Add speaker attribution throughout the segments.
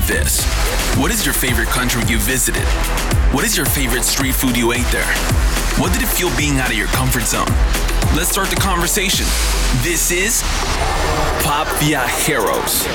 Speaker 1: this. What is your favorite country you visited? What is your favorite street food you ate there? What did it feel being out of your comfort zone? Let's start the conversation. This is Pop Viajeros.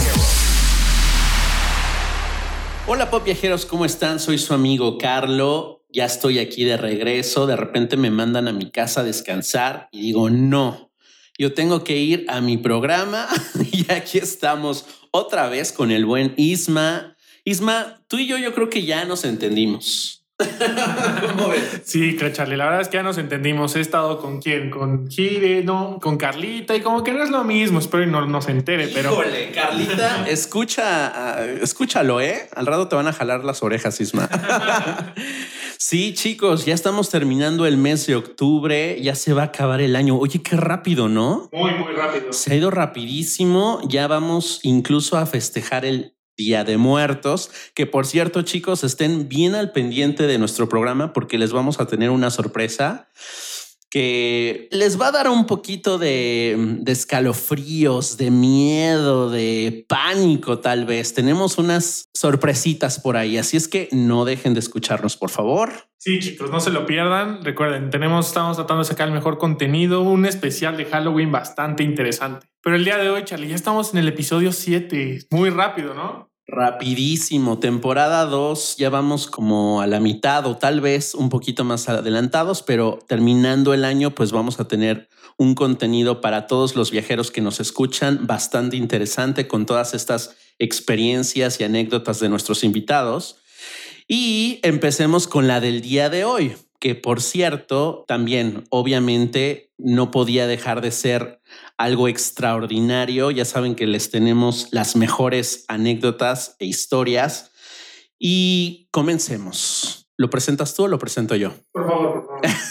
Speaker 2: Hola Pop Viajeros, ¿cómo están? Soy su amigo Carlo. Ya estoy aquí de regreso. De repente me mandan a mi casa a descansar y digo, no, yo tengo que ir a mi programa. Y aquí estamos otra vez con el buen Isma. Isma, tú y yo creo que ya nos entendimos.
Speaker 3: ¿Cómo ves? Sí, Charlie, la verdad es que ya nos entendimos. He estado con quién, con Gire, no, con Carlita, y como que no es lo mismo. Espero y no se entere, pero.
Speaker 2: Híjole, Carlita, escúchalo, al rato te van a jalar las orejas, Isma. Sí, chicos, ya estamos terminando el mes de octubre, ya se va a acabar el año. Oye, qué rápido, ¿no?
Speaker 3: Muy, muy rápido.
Speaker 2: Se ha ido rapidísimo. Ya vamos incluso a festejar el Día de Muertos, que por cierto, chicos, estén bien al pendiente de nuestro programa porque les vamos a tener una sorpresa que les va a dar un poquito de escalofríos, de miedo, de pánico tal vez. Tenemos unas sorpresitas por ahí, así es que no dejen de escucharnos, por favor.
Speaker 3: Sí, chicos, no se lo pierdan. Recuerden, estamos tratando de sacar el mejor contenido, un especial de Halloween bastante interesante. Pero el día de hoy, Charlie, ya estamos en el episodio 7. Muy rápido, ¿no?
Speaker 2: Rapidísimo, temporada 2, ya vamos como a la mitad o tal vez un poquito más adelantados, pero terminando el año pues vamos a tener un contenido para todos los viajeros que nos escuchan bastante interesante con todas estas experiencias y anécdotas de nuestros invitados. Y empecemos con la del día de hoy, que por cierto también obviamente no podía dejar de ser algo extraordinario. Ya saben que les tenemos las mejores anécdotas e historias. Y comencemos. ¿Lo presentas tú o lo presento yo?
Speaker 3: Por favor.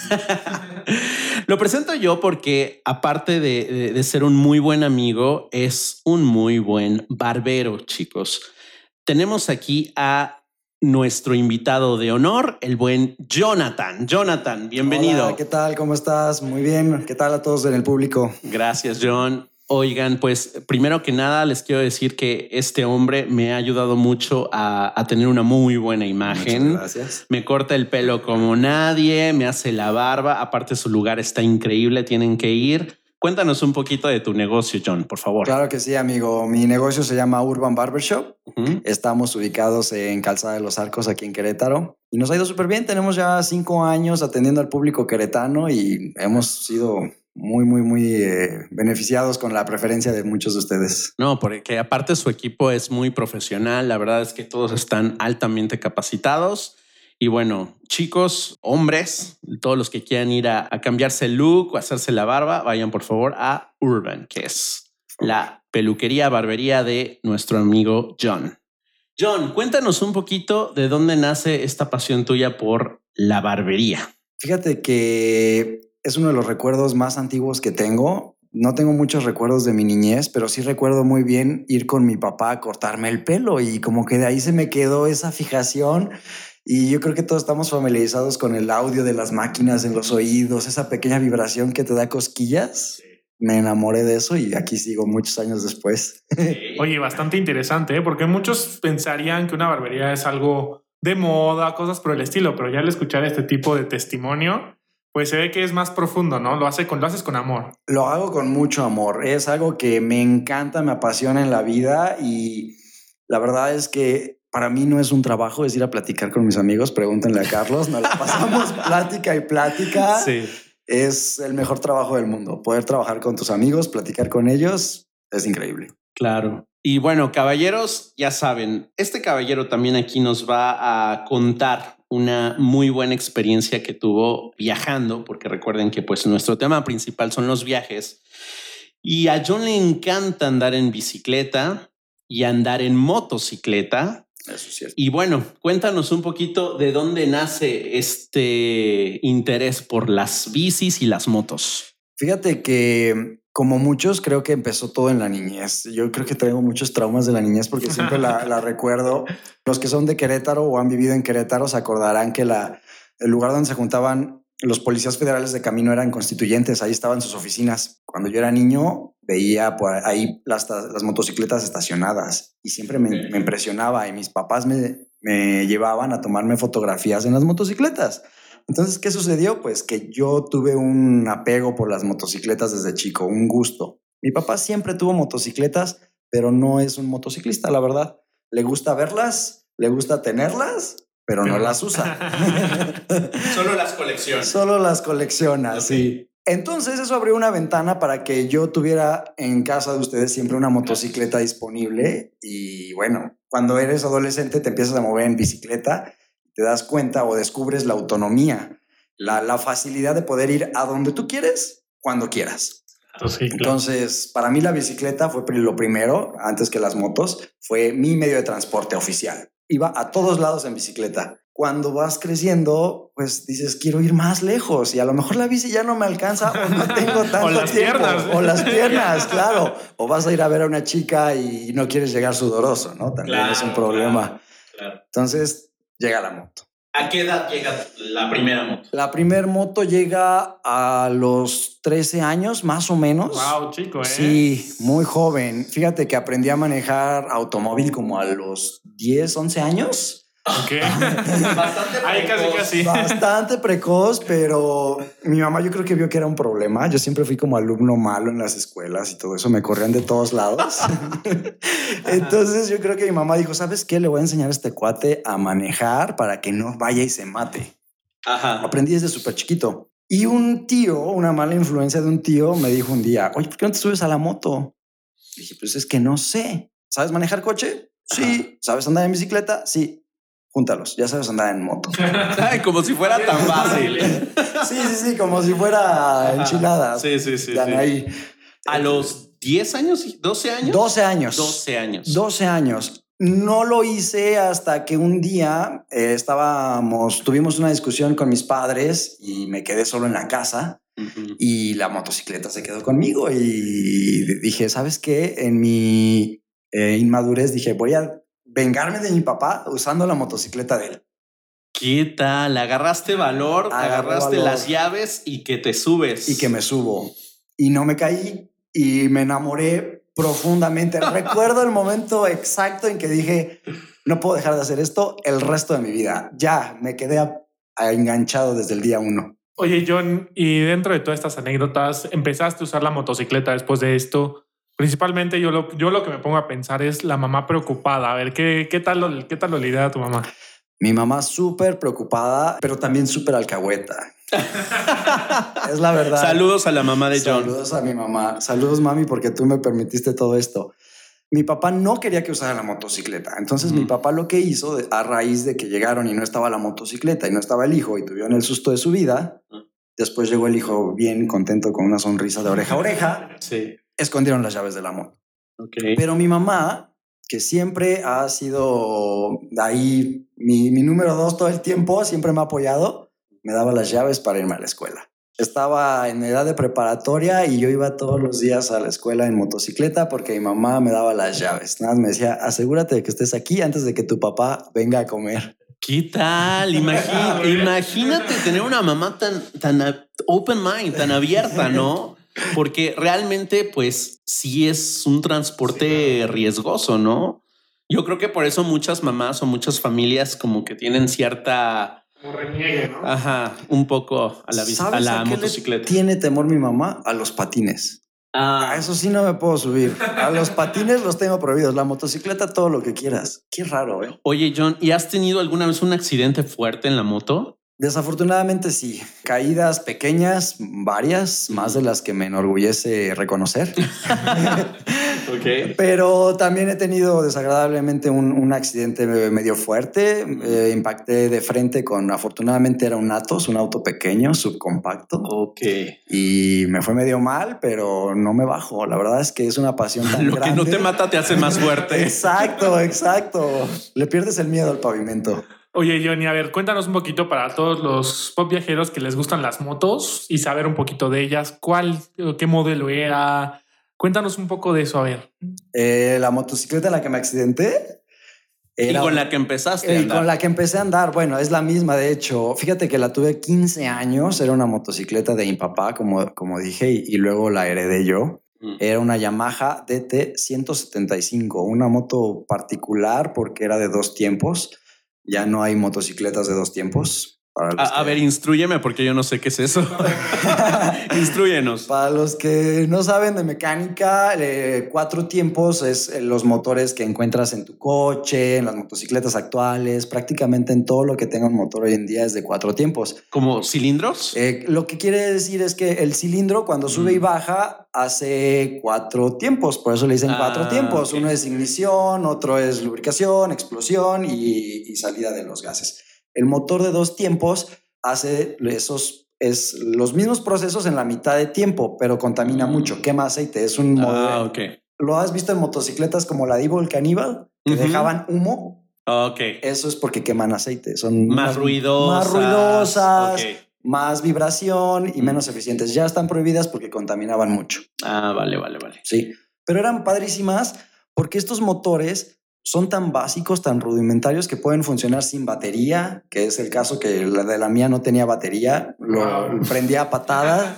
Speaker 2: Lo presento yo porque aparte de ser un muy buen amigo, es un muy buen barbero, chicos. Tenemos aquí a nuestro invitado de honor, el buen Jonathan. Jonathan, bienvenido.
Speaker 4: Hola, ¿qué tal? ¿Cómo estás? Muy bien. ¿Qué tal a todos en el público?
Speaker 2: Gracias, John. Oigan, pues primero que nada les quiero decir que este hombre me ha ayudado mucho a tener una muy buena imagen.
Speaker 4: Muchas gracias.
Speaker 2: Me corta el pelo como nadie, me hace la barba. Aparte su lugar está increíble, tienen que ir. Cuéntanos un poquito de tu negocio, John, por favor.
Speaker 4: Claro que sí, amigo. Mi negocio se llama Urban Barbershop. Estamos ubicados en Calzada de los Arcos, aquí en Querétaro. Y nos ha ido súper bien. Tenemos ya 5 años atendiendo al público queretano y hemos sido muy beneficiados con la preferencia de muchos de ustedes.
Speaker 2: No, porque aparte su equipo es muy profesional. La verdad es que todos están altamente capacitados. Y bueno, chicos, hombres, todos los que quieran ir a cambiarse el look o hacerse la barba, vayan por favor a Urban, que es la peluquería, barbería de nuestro amigo John. John, cuéntanos un poquito de dónde nace esta pasión tuya por la barbería.
Speaker 4: Fíjate que es uno de los recuerdos más antiguos que tengo. No tengo muchos recuerdos de mi niñez, pero sí recuerdo muy bien ir con mi papá a cortarme el pelo y como que de ahí se me quedó esa fijación. Y yo creo que todos estamos familiarizados con el audio de las máquinas en los oídos, esa pequeña vibración que te da cosquillas. Me enamoré de eso y aquí sigo muchos años después.
Speaker 3: Oye, bastante interesante, ¿eh? Porque muchos pensarían que una barbería es algo de moda, cosas por el estilo, pero ya al escuchar este tipo de testimonio, pues se ve que es más profundo, ¿no? Lo haces con amor.
Speaker 4: Lo hago con mucho amor. Es algo que me encanta, me apasiona en la vida y la verdad es que para mí no es un trabajo, es ir a platicar con mis amigos. Pregúntenle a Carlos, nos la pasamos plática y plática.
Speaker 2: Sí.
Speaker 4: Es el mejor trabajo del mundo. Poder trabajar con tus amigos, platicar con ellos, es increíble.
Speaker 2: Claro. Y bueno, caballeros, ya saben, este caballero también aquí nos va a contar una muy buena experiencia que tuvo viajando, porque recuerden que pues nuestro tema principal son los viajes. Y a John le encanta andar en bicicleta y andar en motocicleta.
Speaker 4: Eso es cierto.
Speaker 2: Y bueno, cuéntanos un poquito de dónde nace este interés por las bicis y las motos.
Speaker 4: Fíjate que, como muchos, creo que empezó todo en la niñez. Yo creo que traigo muchos traumas de la niñez porque siempre la recuerdo. Los que son de Querétaro o han vivido en Querétaro se acordarán que el lugar donde se juntaban los policías federales de camino eran constituyentes, ahí estaban sus oficinas. Cuando yo era niño, veía por ahí las motocicletas estacionadas y siempre me impresionaba y mis papás me llevaban a tomarme fotografías en las motocicletas. Entonces, ¿qué sucedió? Pues que yo tuve un apego por las motocicletas desde chico, un gusto. Mi papá siempre tuvo motocicletas, pero no es un motociclista, la verdad. Le gusta verlas, le gusta tenerlas, pero no las usa.
Speaker 2: Solo las colecciona.
Speaker 4: Solo las colecciona,
Speaker 2: Okay.
Speaker 4: sí. Entonces eso abrió una ventana para que yo tuviera en casa de ustedes siempre una motocicleta disponible. Y bueno, cuando eres adolescente te empiezas a mover en bicicleta, te das cuenta o descubres la autonomía, la facilidad de poder ir a donde tú quieres, cuando quieras.
Speaker 3: Sí, claro.
Speaker 4: Entonces, para mí la bicicleta fue lo primero, antes que las motos, fue mi medio de transporte oficial. Iba a todos lados en bicicleta. Cuando vas creciendo, pues dices, quiero ir más lejos y a lo mejor la bici ya no me alcanza o no tengo tanto
Speaker 3: O las
Speaker 4: tiempo.
Speaker 3: piernas.
Speaker 4: O las piernas, claro. O vas a ir a ver a una chica y no quieres llegar sudoroso, ¿no? También es un problema.
Speaker 2: Claro.
Speaker 4: Entonces, llega la moto.
Speaker 2: ¿A qué edad llega la primera moto?
Speaker 4: La primer moto llega a los 13 años, más o menos.
Speaker 3: Wow, chico, ¿eh?
Speaker 4: Sí, muy joven. Fíjate que aprendí a manejar automóvil como a los 10, 11 años.
Speaker 3: Ok.
Speaker 2: Bastante
Speaker 3: Ahí casi.
Speaker 4: Bastante precoz, pero mi mamá yo creo que vio que era un problema. Yo siempre fui como alumno malo en las escuelas y todo eso. Me corrían de todos lados. Entonces yo creo que mi mamá dijo, ¿sabes qué? Le voy a enseñar a este cuate a manejar para que no vaya y se mate.
Speaker 2: Ajá.
Speaker 4: Aprendí desde súper chiquito. Y un tío, una mala influencia de un tío, me dijo un día, oye, ¿por qué no te subes a la moto? Dije, pues es que no sé. ¿Sabes manejar coche? Sí.
Speaker 2: Ajá.
Speaker 4: ¿Sabes andar en bicicleta? Sí. Júntalos, ya sabes andar en moto.
Speaker 2: Ay, como si fuera tan fácil.
Speaker 4: Sí, como si fuera enchiladas.
Speaker 2: Sí.
Speaker 4: Ahí.
Speaker 2: A los 10 años, 12 años.
Speaker 4: 12 años.
Speaker 2: 12 años.
Speaker 4: 12 años. No lo hice hasta que un día tuvimos una discusión con mis padres y me quedé solo en la casa.
Speaker 2: Uh-huh.
Speaker 4: Y la motocicleta se quedó conmigo y dije, ¿sabes qué? En mi inmadurez dije, voy a vengarme de mi papá usando la motocicleta de él.
Speaker 2: ¿Qué tal? Agarraste valor, agarraste
Speaker 4: valor.
Speaker 2: las llaves y que te subes.
Speaker 4: Y que me subo. Y no me caí y me enamoré profundamente. Recuerdo el momento exacto en que dije, no puedo dejar de hacer esto el resto de mi vida. Ya me quedé enganchado desde el día 1.
Speaker 3: Oye, John, y dentro de todas estas anécdotas, ¿empezaste a usar la motocicleta después de esto? Principalmente yo lo que me pongo a pensar es la mamá preocupada. A ver, ¿qué tal lo lidera tu mamá?
Speaker 4: Mi mamá súper preocupada, pero también súper alcahueta. Es la verdad.
Speaker 2: Saludos a la mamá de John.
Speaker 4: Saludos a mi mamá. Saludos, mami, porque tú me permitiste todo esto. Mi papá no quería que usara la motocicleta. Entonces mi papá lo que hizo a raíz de que llegaron y no estaba la motocicleta y no estaba el hijo y tuvieron el susto de su vida, después llegó el hijo bien contento con una sonrisa de oreja a oreja.
Speaker 2: Sí.
Speaker 4: Escondieron las llaves de la moto.
Speaker 2: Okay.
Speaker 4: Pero mi mamá, que siempre ha sido ahí mi número 2 todo el tiempo, siempre me ha apoyado, me daba las llaves para irme a la escuela. Estaba en edad de preparatoria y yo iba todos los días a la escuela en motocicleta porque mi mamá me daba las llaves. Nada, me decía, asegúrate de que estés aquí antes de que tu papá venga a comer.
Speaker 2: ¿Qué tal? Imagínate tener una mamá tan open mind, tan abierta, ¿no? Porque realmente, pues, sí es un transporte riesgoso, ¿no? Yo creo que por eso muchas mamás o muchas familias como que tienen cierta...
Speaker 3: Como reniegue, ¿no?
Speaker 2: Ajá, un poco a la motocicleta.
Speaker 4: Tiene temor mi mamá a los patines. A eso sí no me puedo subir. A los patines los tengo prohibidos. La motocicleta, todo lo que quieras. Qué raro, ¿eh?
Speaker 2: Oye, John, ¿y has tenido alguna vez un accidente fuerte en la moto?
Speaker 4: Desafortunadamente sí. Caídas pequeñas, varias, más de las que me enorgullece reconocer.
Speaker 2: Okay.
Speaker 4: Pero también he tenido desagradablemente un accidente medio fuerte. Impacté de frente afortunadamente era un Atos, un auto pequeño, subcompacto.
Speaker 2: Ok.
Speaker 4: Y me fue medio mal, pero no me bajo. La verdad es que es una pasión tan
Speaker 2: Lo
Speaker 4: grande.
Speaker 2: que no te mata te hace más fuerte.
Speaker 4: Exacto. Le pierdes el miedo al pavimento.
Speaker 3: Oye, Johnny, a ver, cuéntanos un poquito para todos los pop viajeros que les gustan las motos y saber un poquito de ellas. ¿Qué modelo era? Cuéntanos un poco de eso, a ver.
Speaker 4: La motocicleta en la que me accidenté
Speaker 2: Y con la que empezaste a andar.
Speaker 4: Con la que empecé a andar, bueno, es la misma, de hecho. Fíjate que la tuve 15 años, era una motocicleta de mi papá, como dije, y luego la heredé yo. Era una Yamaha DT 175, una moto particular porque era de 2 tiempos. Ya no hay motocicletas de 2 tiempos.
Speaker 2: A ver, instrúyeme porque yo no sé qué es eso. Instrúyenos.
Speaker 4: Para los que no saben de mecánica, 4 tiempos es los motores que encuentras en tu coche, en las motocicletas actuales, prácticamente en todo lo que tenga un motor hoy en día es de 4 tiempos.
Speaker 2: ¿Como cilindros?
Speaker 4: Lo que quiere decir es que el cilindro cuando sube y baja hace 4 tiempos, por eso le dicen 4 tiempos. Okay. Uno es ignición, otro es lubricación, explosión y salida de los gases. El motor de 2 tiempos hace los mismos procesos en la mitad de tiempo, pero contamina mucho, quema aceite. Es un modelo.
Speaker 2: Okay.
Speaker 4: ¿Lo has visto en motocicletas como la Devil Cannibal? Que dejaban humo.
Speaker 2: Okay.
Speaker 4: Eso es porque queman aceite. Son
Speaker 2: más ruidosas. Okay.
Speaker 4: Más vibración y menos eficientes. Ya están prohibidas porque contaminaban mucho.
Speaker 2: Vale.
Speaker 4: Sí, pero eran padrísimas porque estos motores son tan básicos, tan rudimentarios que pueden funcionar sin batería, que es el caso que la de la mía no tenía batería, lo prendía a patada.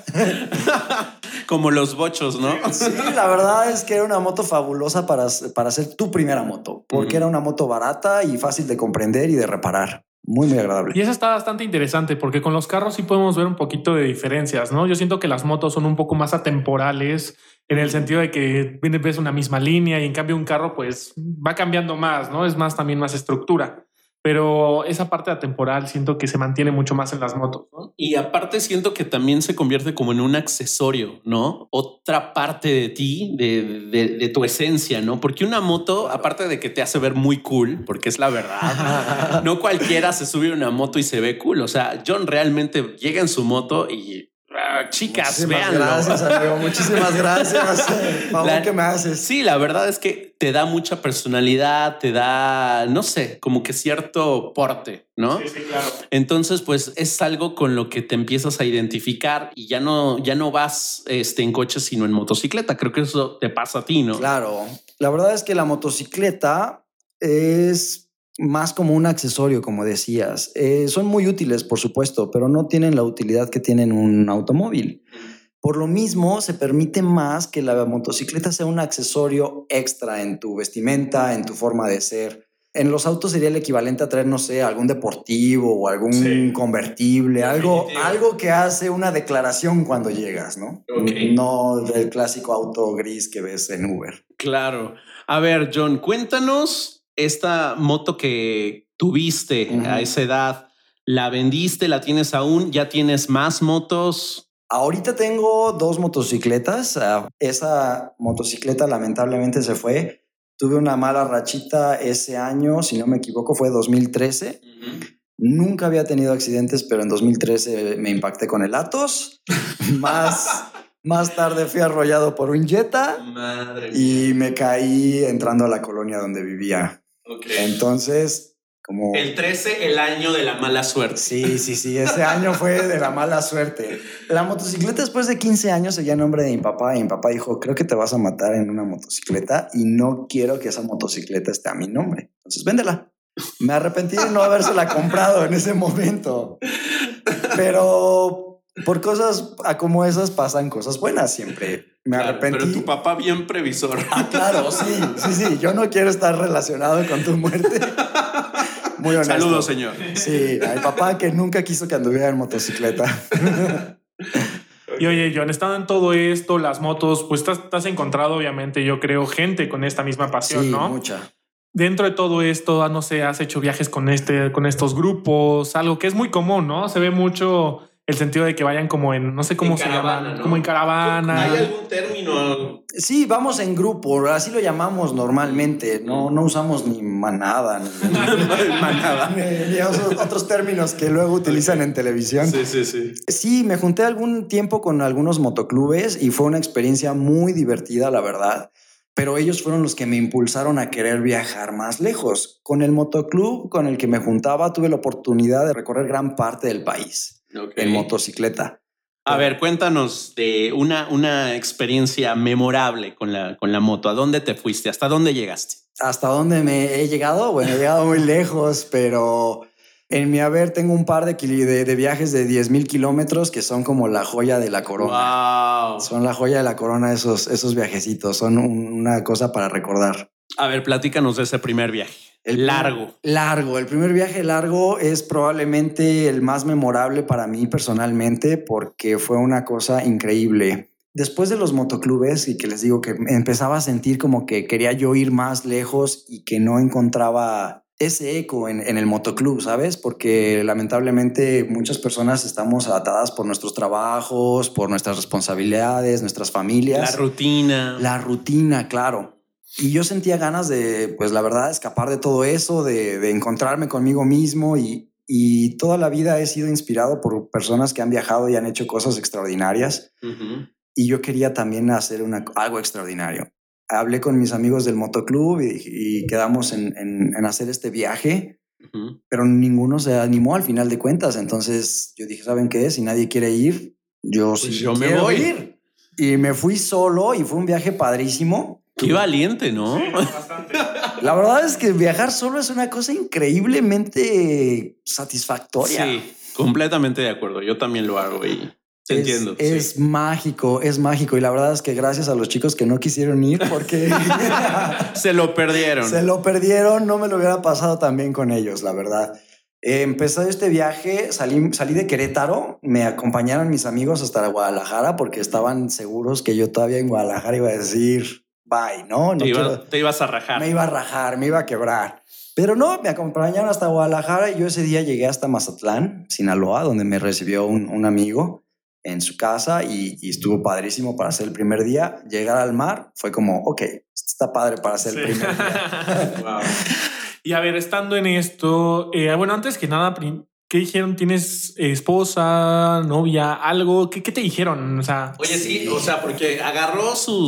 Speaker 2: Como los bochos, ¿no?
Speaker 4: Sí, la verdad es que era una moto fabulosa para hacer tu primera moto, porque era una moto barata y fácil de comprender y de reparar. Muy, muy agradable.
Speaker 3: Y eso está bastante interesante porque con los carros sí podemos ver un poquito de diferencias, ¿no? Yo siento que las motos son un poco más atemporales en el sentido de que ves una misma línea y en cambio un carro pues va cambiando más, ¿no? Es más también más estructura. Pero esa parte atemporal siento que se mantiene mucho más en las motos, ¿no?
Speaker 2: Y aparte siento que también se convierte como en un accesorio, ¿no? Otra parte de ti, de tu esencia, ¿no? Porque una moto, aparte de que te hace ver muy cool, porque es la verdad, no cualquiera se sube a una moto y se ve cool. O sea, John realmente llega en su moto y... chicas, véanlo.
Speaker 4: Gracias, amigo. Muchísimas gracias. Favor que me haces.
Speaker 2: Sí, la verdad es que te da mucha personalidad, te da, no sé, como que cierto porte, ¿no?
Speaker 3: Sí, claro.
Speaker 2: Entonces, pues es algo con lo que te empiezas a identificar y ya no vas en coche, sino en motocicleta. Creo que eso te pasa a ti, ¿no?
Speaker 4: Claro. La verdad es que la motocicleta es más como un accesorio, como decías. Son muy útiles, por supuesto, pero no tienen la utilidad que tienen un automóvil. Por lo mismo, se permite más que la motocicleta sea un accesorio extra en tu vestimenta, en tu forma de ser. En los autos sería el equivalente a traer, no sé, algún deportivo o algún convertible, algo que hace una declaración cuando llegas, ¿no?
Speaker 2: Okay.
Speaker 4: No el clásico auto gris que ves en Uber.
Speaker 2: Claro. A ver, John, cuéntanos esta moto que tuviste a esa edad. ¿La vendiste? ¿La tienes aún? ¿Ya tienes más motos?
Speaker 4: Ahorita tengo 2 motocicletas. Esa motocicleta lamentablemente se fue. Tuve una mala rachita ese año, si no me equivoco, fue 2013. Nunca había tenido accidentes, pero en 2013 me impacté con el Atos. Más tarde fui arrollado por un Jetta.
Speaker 2: Madre
Speaker 4: y
Speaker 2: mía.
Speaker 4: Me caí entrando a la colonia donde vivía.
Speaker 2: Okay.
Speaker 4: Entonces, como...
Speaker 2: El 13, el año de la mala suerte.
Speaker 4: Sí, ese año fue de la mala suerte. La motocicleta después de 15 años seguía a nombre de mi papá y mi papá dijo, creo que te vas a matar en una motocicleta y no quiero que esa motocicleta esté a mi nombre. Entonces, véndela. Me arrepentí de no habérsela comprado en ese momento. Pero por cosas como esas pasan cosas buenas siempre. Me arrepentí.
Speaker 2: Pero tu papá bien previsor.
Speaker 4: Claro, sí. Yo no quiero estar relacionado con tu muerte. Muy honesto.
Speaker 2: Saludos, señor.
Speaker 4: Sí, a mi papá que nunca quiso que anduviera en motocicleta.
Speaker 3: Y oye, John, estando en todo esto, las motos, pues te has encontrado, obviamente, yo creo, gente con esta misma pasión,
Speaker 4: sí,
Speaker 3: ¿no?
Speaker 4: Mucha.
Speaker 3: Dentro de todo esto, no sé, has hecho viajes con estos grupos, algo que es muy común, ¿no? Se ve mucho el sentido de que vayan como en, no sé cómo se llama, ¿no? Como en caravana.
Speaker 2: ¿Hay algún término?
Speaker 4: Sí, vamos en grupo, así lo llamamos normalmente. No usamos ni manada, ni otros términos que luego utilizan en televisión.
Speaker 2: Sí.
Speaker 4: Sí, me junté algún tiempo con algunos motoclubes y fue una experiencia muy divertida, la verdad. Pero ellos fueron los que me impulsaron a querer viajar más lejos. Con el motoclub con el que me juntaba tuve la oportunidad de recorrer gran parte del país en motocicleta.
Speaker 2: A ver, cuéntanos de una experiencia memorable con la moto. ¿A dónde te fuiste? ¿Hasta dónde llegaste?
Speaker 4: ¿Hasta dónde me he llegado? Bueno, he llegado muy lejos, pero en mi haber tengo un par de viajes de 10,000 kilómetros que son como la joya de la corona.
Speaker 2: Wow.
Speaker 4: Son la joya de la corona esos viajecitos. Son una cosa para recordar.
Speaker 2: A ver, platícanos de ese primer viaje. Largo.
Speaker 4: El primer viaje largo es probablemente el más memorable para mí personalmente porque fue una cosa increíble. Después de los motoclubes y que les digo que empezaba a sentir como que quería yo ir más lejos y que no encontraba ese eco en el motoclub, ¿sabes? Porque lamentablemente muchas personas estamos atadas por nuestros trabajos, por nuestras responsabilidades, nuestras familias. La rutina, claro. Y yo sentía ganas de, pues la verdad, escapar de todo eso, de encontrarme conmigo mismo y toda la vida he sido inspirado por personas que han viajado y han hecho cosas extraordinarias. Uh-huh. Y yo quería también hacer algo extraordinario. Hablé con mis amigos del motoclub y quedamos en hacer este viaje, uh-huh. Pero ninguno se animó al final de cuentas. Entonces yo dije, ¿saben qué? Si nadie quiere ir, yo
Speaker 2: me voy.
Speaker 4: Ir. Y me fui solo y fue un viaje padrísimo.
Speaker 2: Qué valiente, ¿no?
Speaker 3: Sí, bastante.
Speaker 4: La verdad es que viajar solo es una cosa increíblemente satisfactoria.
Speaker 2: Sí, completamente de acuerdo. Yo también lo hago y te entiendo.
Speaker 4: Es mágico, es mágico. Y la verdad es que gracias a los chicos que no quisieron ir porque
Speaker 2: se lo perdieron.
Speaker 4: No me lo hubiera pasado tan bien con ellos, la verdad. Empezó este viaje, salí de Querétaro, me acompañaron mis amigos hasta Guadalajara porque estaban seguros que yo todavía en Guadalajara iba a decir bye, ¿no?
Speaker 2: Te ibas a rajar.
Speaker 4: Me iba a rajar, me iba a quebrar. Pero no, me acompañaron hasta Guadalajara y yo ese día llegué hasta Mazatlán, Sinaloa, donde me recibió un amigo en su casa y estuvo padrísimo para hacer el primer día. Llegar al mar fue como, ok, está padre para hacer el primer día.
Speaker 3: Wow. Y a ver, estando en esto, bueno, antes que nada, ¿qué dijeron? ¿Tienes esposa, novia, algo? ¿Qué te dijeron? O sea,
Speaker 2: oye, sí, o sea, porque agarró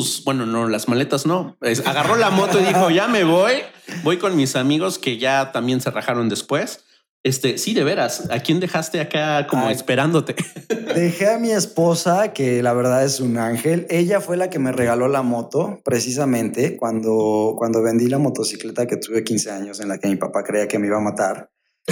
Speaker 2: las maletas no. Agarró la moto y dijo, ya me voy con mis amigos que ya también se rajaron después. Sí, de veras. ¿A quién dejaste acá como esperándote?
Speaker 4: Dejé a mi esposa, que la verdad es un ángel. Ella fue la que me regaló la moto, precisamente cuando vendí la motocicleta que tuve 15 años, en la que mi papá creía que me iba a matar.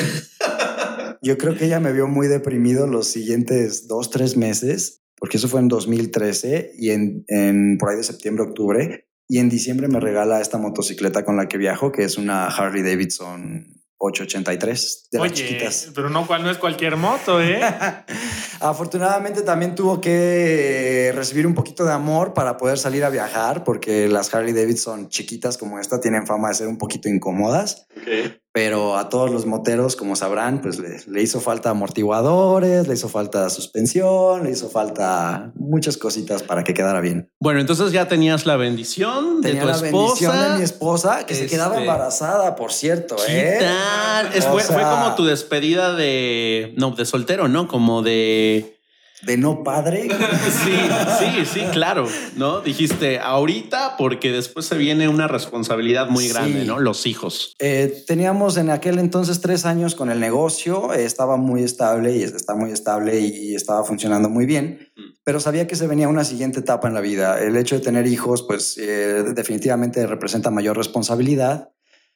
Speaker 4: Yo creo que ella me vio muy deprimido los siguientes 2-3 meses, porque eso fue en 2013 y en por ahí de septiembre, octubre. Y en diciembre me regala esta motocicleta con la que viajo, que es una Harley Davidson 883 de las chiquitas.
Speaker 3: Pero no es cualquier moto, ¿eh?
Speaker 4: Afortunadamente también tuvo que recibir un poquito de amor para poder salir a viajar, porque las Harley Davidson chiquitas como esta tienen fama de ser un poquito incómodas. Okay. Pero a todos los moteros, como sabrán, pues le hizo falta amortiguadores, le hizo falta suspensión, le hizo falta muchas cositas para que quedara bien.
Speaker 2: Bueno, entonces ya tenías la bendición de tu esposa. Tenía la bendición
Speaker 4: de mi esposa, que se quedaba embarazada, por cierto.
Speaker 2: ¿Qué tal? Fue como tu despedida de soltero, ¿no? Como de
Speaker 4: no padre.
Speaker 2: Sí, claro, ¿no? Dijiste ahorita porque después se viene una responsabilidad muy grande, ¿no? Los hijos.
Speaker 4: Teníamos en aquel entonces 3 años con el negocio, estaba muy estable y está muy estable y estaba funcionando muy bien, pero sabía que se venía una siguiente etapa en la vida. El hecho de tener hijos, pues definitivamente representa mayor responsabilidad.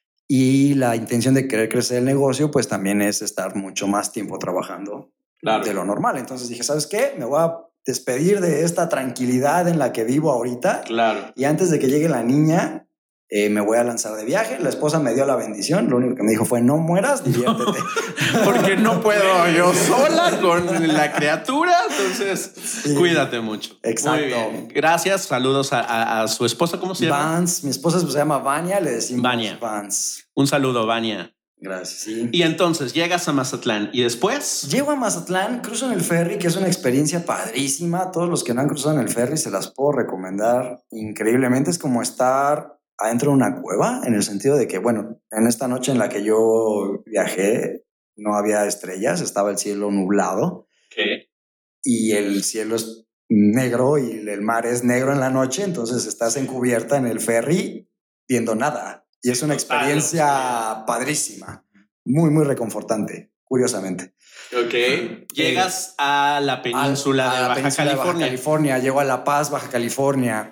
Speaker 4: Y la intención de querer crecer el negocio, pues también es estar mucho más tiempo trabajando. Claro. De lo normal. Entonces dije, ¿sabes qué? Me voy a despedir de esta tranquilidad en la que vivo ahorita.
Speaker 2: Claro.
Speaker 4: Y antes de que llegue la niña, me voy a lanzar de viaje. La esposa me dio la bendición. Lo único que me dijo fue, no mueras, diviértete.
Speaker 2: Porque no puedo yo sola con la criatura. Entonces, cuídate mucho.
Speaker 4: Exacto.
Speaker 2: Muy bien. Gracias. Saludos a su esposa. ¿Cómo se llama?
Speaker 4: Vance. Mi esposa se llama Vania. Le decimos
Speaker 2: Vania.
Speaker 4: Vance.
Speaker 2: Un saludo, Vania.
Speaker 4: Gracias, sí.
Speaker 2: Y entonces llegas a Mazatlán y después...
Speaker 4: Llego a Mazatlán, cruzo en el ferry, que es una experiencia padrísima. Todos los que no han cruzado en el ferry se las puedo recomendar increíblemente. Es como estar adentro de una cueva, en el sentido de que, bueno, en esta noche en la que yo viajé no había estrellas, estaba el cielo nublado.
Speaker 2: ¿Qué?
Speaker 4: Y el cielo es negro y el mar es negro en la noche, entonces estás encubierta en el ferry viendo nada. Y es una experiencia padrísima, muy, muy reconfortante. curiosamente.
Speaker 2: Ok. Llegas a la península de Baja California.
Speaker 4: Llego a La Paz, Baja California.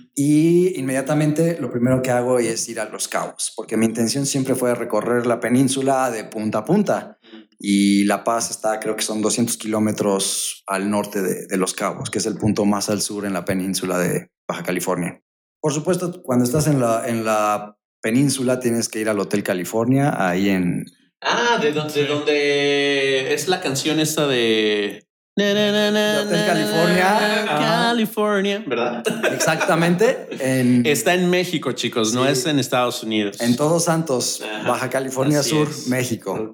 Speaker 4: Y inmediatamente lo primero que hago es ir a Los Cabos, porque mi intención siempre fue recorrer la península de punta a punta. Y La Paz está, creo que son 200 kilómetros al norte de Los Cabos, que es el punto más al sur en la península de Baja California. Por supuesto, cuando estás en la península tienes que ir al Hotel California, ahí en...
Speaker 2: de donde es la canción esta de
Speaker 4: Hotel California.
Speaker 2: California, ¿verdad?
Speaker 4: Exactamente.
Speaker 2: Está en México, chicos, no es en Estados Unidos.
Speaker 4: En Todos Santos, Baja California Sur, México.
Speaker 2: Ok.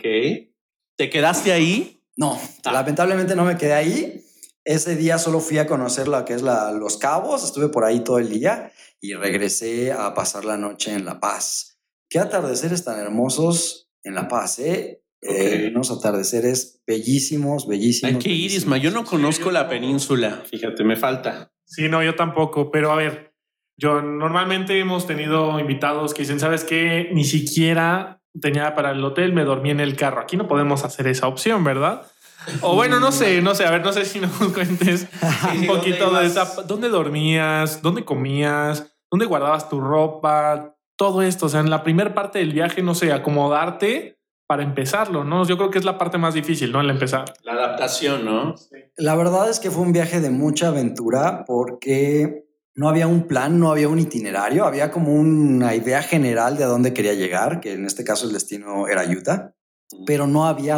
Speaker 2: ¿Te quedaste ahí?
Speaker 4: No, lamentablemente no me quedé ahí. Ese día solo fui a conocer lo que es Los Cabos, estuve por ahí todo el día y regresé a pasar la noche en La Paz. Qué atardeceres tan hermosos en La Paz, ¿eh? Unos atardeceres bellísimos.
Speaker 2: Hay que ir, Isma. Yo no conozco la península. Fíjate, me falta.
Speaker 3: Sí, no, yo tampoco. Pero a ver, yo normalmente hemos tenido invitados que dicen, ¿sabes qué? Ni siquiera tenía para el hotel, me dormí en el carro. Aquí no podemos hacer esa opción, ¿verdad? O bueno, no sé. A ver, no sé si nos cuentes un poquito de esa. ¿Dónde dormías? ¿Dónde comías? ¿Dónde guardabas tu ropa? Todo esto. O sea, en la primera parte del viaje, no sé, acomodarte para empezarlo, ¿no? Yo creo que es la parte más difícil, ¿no? El empezar.
Speaker 2: La adaptación, ¿no?
Speaker 4: Sí. La verdad es que fue un viaje de mucha aventura porque no había un plan, no había un itinerario, había como una idea general de a dónde quería llegar, que en este caso el destino era Utah, pero no había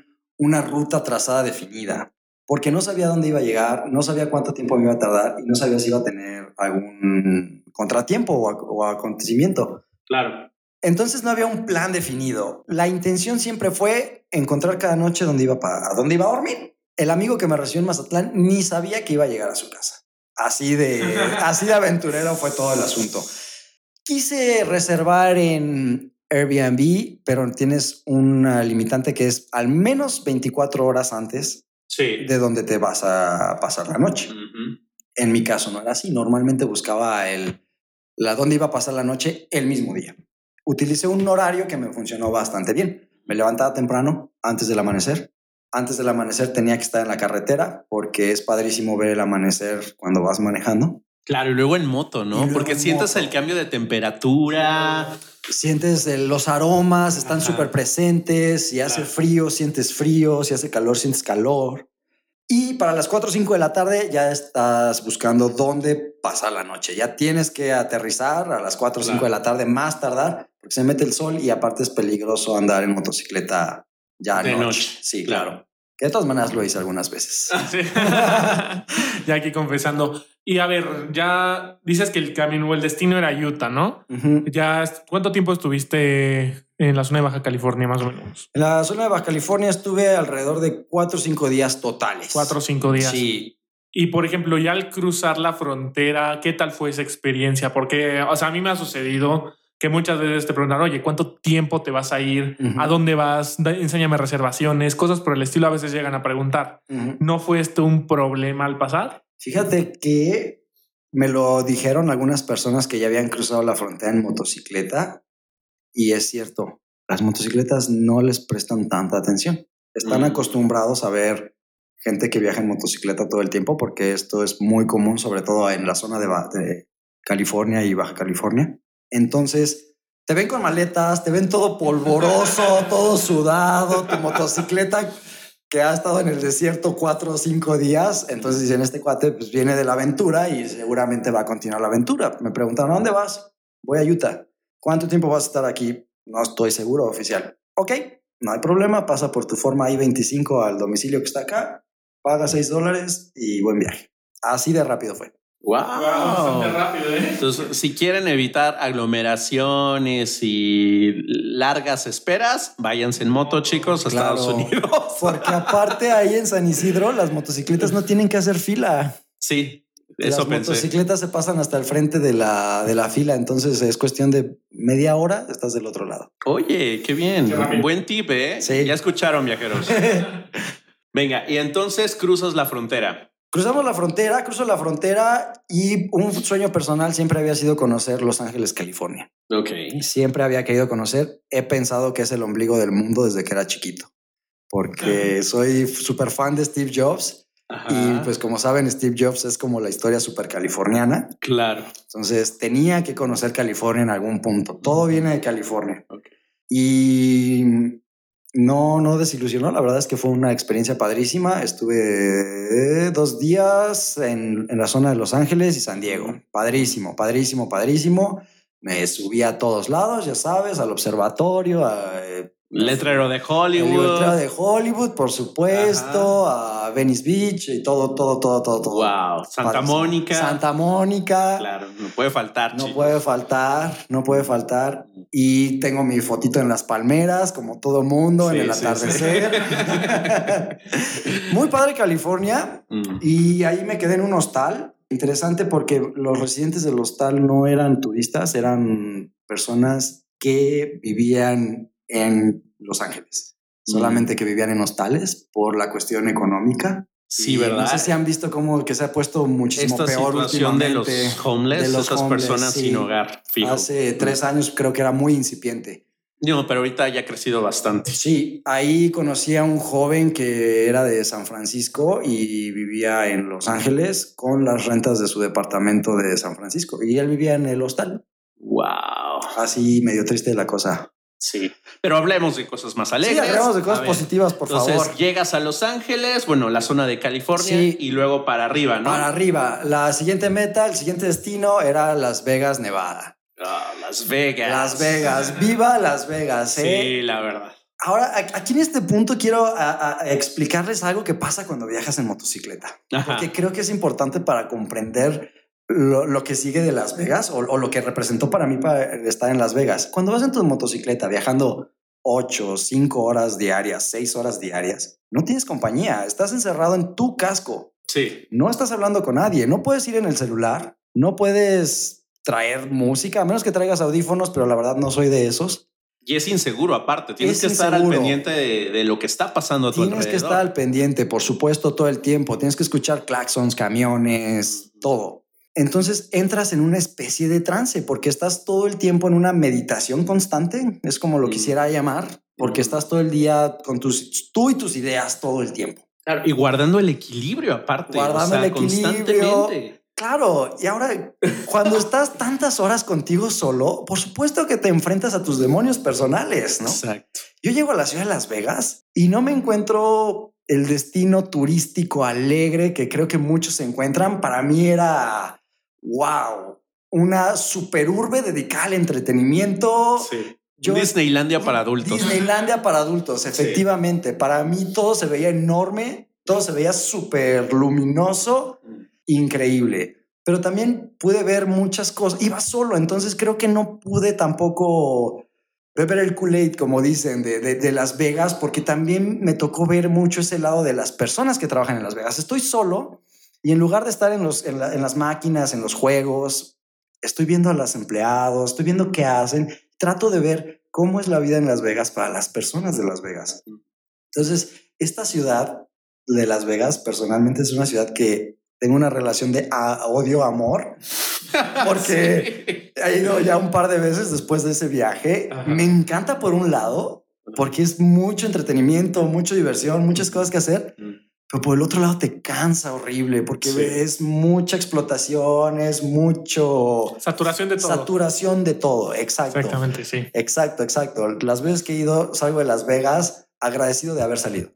Speaker 4: una ruta trazada definida, porque no sabía dónde iba a llegar, no sabía cuánto tiempo me iba a tardar y no sabía si iba a tener algún contratiempo o acontecimiento.
Speaker 2: Claro.
Speaker 4: Entonces no había un plan definido. La intención siempre fue encontrar cada noche a dónde iba a dormir. El amigo que me recibió en Mazatlán ni sabía que iba a llegar a su casa. Así de aventurero fue todo el asunto. Quise reservar en Airbnb, pero tienes una limitante que es al menos 24 horas antes de donde te vas a pasar la noche. En mi caso no era así. Normalmente buscaba dónde iba a pasar la noche el mismo día. Utilicé un horario que me funcionó bastante bien. Me levantaba temprano, antes del amanecer. Antes del amanecer tenía que estar en la carretera porque es padrísimo ver el amanecer cuando vas manejando.
Speaker 2: Claro, y luego en moto, ¿no? Porque sientes el cambio de temperatura.
Speaker 4: Sientes los aromas, están súper presentes. Si hace frío, sientes frío. Si hace calor, sientes calor. Y para las 4 o 5 de la tarde ya estás buscando dónde pasar la noche. Ya tienes que aterrizar a las 4 o 5 de la tarde, más tardar, porque se mete el sol y aparte es peligroso andar en motocicleta ya de noche. Sí, claro. Que de todas maneras lo hice algunas veces.
Speaker 3: Sí. Ya aquí confesando. Y a ver, ya dices que el camino o el destino era Utah, ¿no? Ya, ¿cuánto tiempo estuviste en la zona de Baja California, más o menos?
Speaker 4: En la zona de Baja California estuve alrededor de 4 o 5 días totales.
Speaker 3: 4 o 5 días.
Speaker 4: Sí.
Speaker 3: Y por ejemplo, ya al cruzar la frontera, ¿qué tal fue esa experiencia? Porque, o sea, a mí me ha sucedido que muchas veces te preguntan, oye, ¿cuánto tiempo te vas a ir? ¿A dónde vas? Enséñame reservaciones, cosas por el estilo. A veces llegan a preguntar. ¿No fue esto un problema al pasar?
Speaker 4: Fíjate que me lo dijeron algunas personas que ya habían cruzado la frontera en motocicleta y es cierto, las motocicletas no les prestan tanta atención. Están acostumbrados a ver gente que viaja en motocicleta todo el tiempo porque esto es muy común, sobre todo en la zona de California y Baja California. Entonces te ven con maletas, te ven todo polvoroso, todo sudado, tu motocicleta que ha estado en el desierto 4 o 5 días. Entonces dicen, este cuate pues viene de la aventura y seguramente va a continuar la aventura. Me preguntaron, ¿a dónde vas? Voy a Utah. ¿Cuánto tiempo vas a estar aquí? No estoy seguro, oficial. Ok, no hay problema. Pasa por tu forma I-25 al domicilio que está acá, paga $6 y buen viaje. Así de rápido fue.
Speaker 2: Wow.
Speaker 3: Bastante rápido, ¿eh?
Speaker 2: Entonces, si quieren evitar aglomeraciones y largas esperas, váyanse en moto, chicos, a Estados Unidos.
Speaker 4: Porque aparte ahí en San Isidro, las motocicletas no tienen que hacer fila.
Speaker 2: Sí, eso pensé.
Speaker 4: Las motocicletas se pasan hasta el frente de la fila, entonces es cuestión de media hora, estás del otro lado.
Speaker 2: Oye, qué bien. Buen tip, ¿eh?
Speaker 4: Sí.
Speaker 2: Ya escucharon, viajeros. Venga, y entonces cruzas la frontera.
Speaker 4: Cruzo la frontera y un sueño personal siempre había sido conocer Los Ángeles, California.
Speaker 2: Ok.
Speaker 4: Siempre había querido conocer. He pensado que es el ombligo del mundo desde que era chiquito. porque soy súper fan de Steve Jobs.
Speaker 2: Ajá.
Speaker 4: Y pues como saben, Steve Jobs es como la historia súper californiana.
Speaker 2: Claro.
Speaker 4: Entonces tenía que conocer California en algún punto. Todo viene de California.
Speaker 2: Okay.
Speaker 4: Y no desilusionó. La verdad es que fue una experiencia padrísima. Estuve 2 días en la zona de Los Ángeles y San Diego. Padrísimo, padrísimo, padrísimo. Me subí a todos lados, ya sabes, al observatorio,
Speaker 2: letrero de Hollywood.
Speaker 4: El letrero de Hollywood, por supuesto, ajá, a Venice Beach y todo.
Speaker 2: Wow, Santa Mónica.
Speaker 4: Santa Mónica.
Speaker 2: Claro, no puede faltar.
Speaker 4: No puede faltar. Y tengo mi fotito en las palmeras, como todo mundo, en el atardecer. Sí. Muy padre California. Y ahí me quedé en un hostal. Interesante porque los residentes del hostal no eran turistas, eran personas que vivían en Los Ángeles, solamente que vivían en hostales por la cuestión económica.
Speaker 2: Sí, ¿verdad?
Speaker 4: No sé si han visto cómo que se ha puesto muchísimo
Speaker 2: esta
Speaker 4: peor
Speaker 2: situación de los homeless, esas personas sin hogar fijo.
Speaker 4: Hace 3 años creo que era muy incipiente.
Speaker 2: No, pero ahorita ya ha crecido bastante.
Speaker 4: Sí, ahí conocí a un joven que era de San Francisco y vivía en Los Ángeles con las rentas de su departamento de San Francisco. Y él vivía en el hostal.
Speaker 2: Wow.
Speaker 4: Así medio triste la cosa.
Speaker 2: Sí, pero hablemos de cosas más alegres.
Speaker 4: Sí, hablemos de cosas positivas, por favor.
Speaker 2: Entonces llegas a Los Ángeles, bueno, la zona de California, sí, y luego para arriba, ¿no?
Speaker 4: Para arriba. La siguiente meta, el siguiente destino era Las Vegas, Nevada.
Speaker 2: Las Vegas.
Speaker 4: Las Vegas. Viva Las Vegas, ¿eh?
Speaker 2: Sí, la verdad.
Speaker 4: Ahora, aquí en este punto quiero explicarles algo que pasa cuando viajas en motocicleta. Ajá. Porque creo que es importante para comprender lo que sigue de Las Vegas o lo que representó para mí para estar en Las Vegas. Cuando vas en tu motocicleta viajando 8, 5 horas diarias, 6 horas diarias, no tienes compañía, estás encerrado en tu casco.
Speaker 2: Sí.
Speaker 4: No estás hablando con nadie, no puedes ir en el celular, no puedes traer música, a menos que traigas audífonos, pero la verdad no soy de esos.
Speaker 2: Y es inseguro aparte, tienes que estar al pendiente de lo que está pasando a tu alrededor.
Speaker 4: Tienes que estar al pendiente, por supuesto, todo el tiempo, tienes que escuchar claxons, camiones, todo. Entonces entras en una especie de trance porque estás todo el tiempo en una meditación constante, es como lo quisiera llamar, porque estás todo el día con tú y tus ideas todo el tiempo.
Speaker 2: Claro, y guardando el equilibrio aparte,
Speaker 4: guardando el equilibrio, constantemente. Claro, y ahora cuando estás tantas horas contigo solo, por supuesto que te enfrentas a tus demonios personales, ¿no?
Speaker 2: Exacto.
Speaker 4: Yo llego a la ciudad de Las Vegas y no me encuentro el destino turístico alegre que creo que muchos se encuentran. Para mí era, wow, una superurbe dedicada al entretenimiento.
Speaker 2: Sí. Disneylandia para adultos.
Speaker 4: Disneylandia para adultos, efectivamente. Sí. Para mí todo se veía enorme, todo se veía súper luminoso. Increíble, pero también pude ver muchas cosas. Iba solo, entonces creo que no pude tampoco beber el Kool-Aid, como dicen, de Las Vegas, porque también me tocó ver mucho ese lado de las personas que trabajan en Las Vegas. Estoy solo y en lugar de estar en las máquinas, en los juegos, estoy viendo a los empleados, estoy viendo qué hacen. Trato de ver cómo es la vida en Las Vegas para las personas de Las Vegas. Entonces, esta ciudad de Las Vegas, personalmente, es una ciudad que tengo una relación de odio-amor porque sí. He ido ya un par de veces después de ese viaje. Ajá. Me encanta por un lado porque es mucho entretenimiento, mucha diversión, muchas cosas que hacer, pero por el otro lado te cansa horrible porque es mucha explotación, es mucho...
Speaker 3: Saturación de todo.
Speaker 4: Saturación de todo, exacto.
Speaker 3: Exactamente, sí.
Speaker 4: Exacto. Las veces que he ido, salgo de Las Vegas agradecido de haber salido.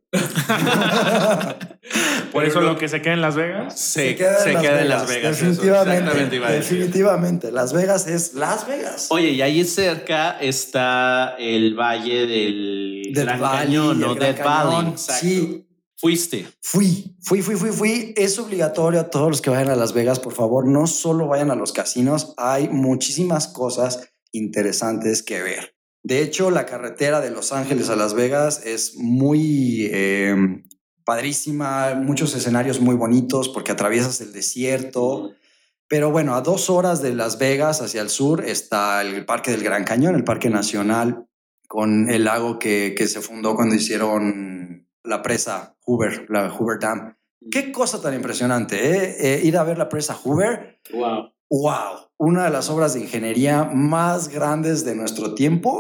Speaker 3: Por eso lo que se queda en Las Vegas
Speaker 4: se queda en Las Vegas. Definitivamente. Las Vegas es Las Vegas.
Speaker 2: Oye, y ahí cerca está el valle del Gran Cañón, ¿no? Death Valley.
Speaker 4: Sí.
Speaker 2: ¿Fuiste?
Speaker 4: Fui. Es obligatorio a todos los que vayan a Las Vegas, por favor, no solo vayan a los casinos. Hay muchísimas cosas interesantes que ver. De hecho, la carretera de Los Ángeles a Las Vegas es muy padrísima, muchos escenarios muy bonitos porque atraviesas el desierto. Pero bueno, a 2 horas de Las Vegas hacia el sur está el Parque del Gran Cañón, el Parque Nacional, con el lago que se fundó cuando hicieron la presa Hoover, la Hoover Dam. Qué cosa tan impresionante, ¿eh? Ir a ver la presa Hoover.
Speaker 2: Wow.
Speaker 4: Una de las obras de ingeniería más grandes de nuestro tiempo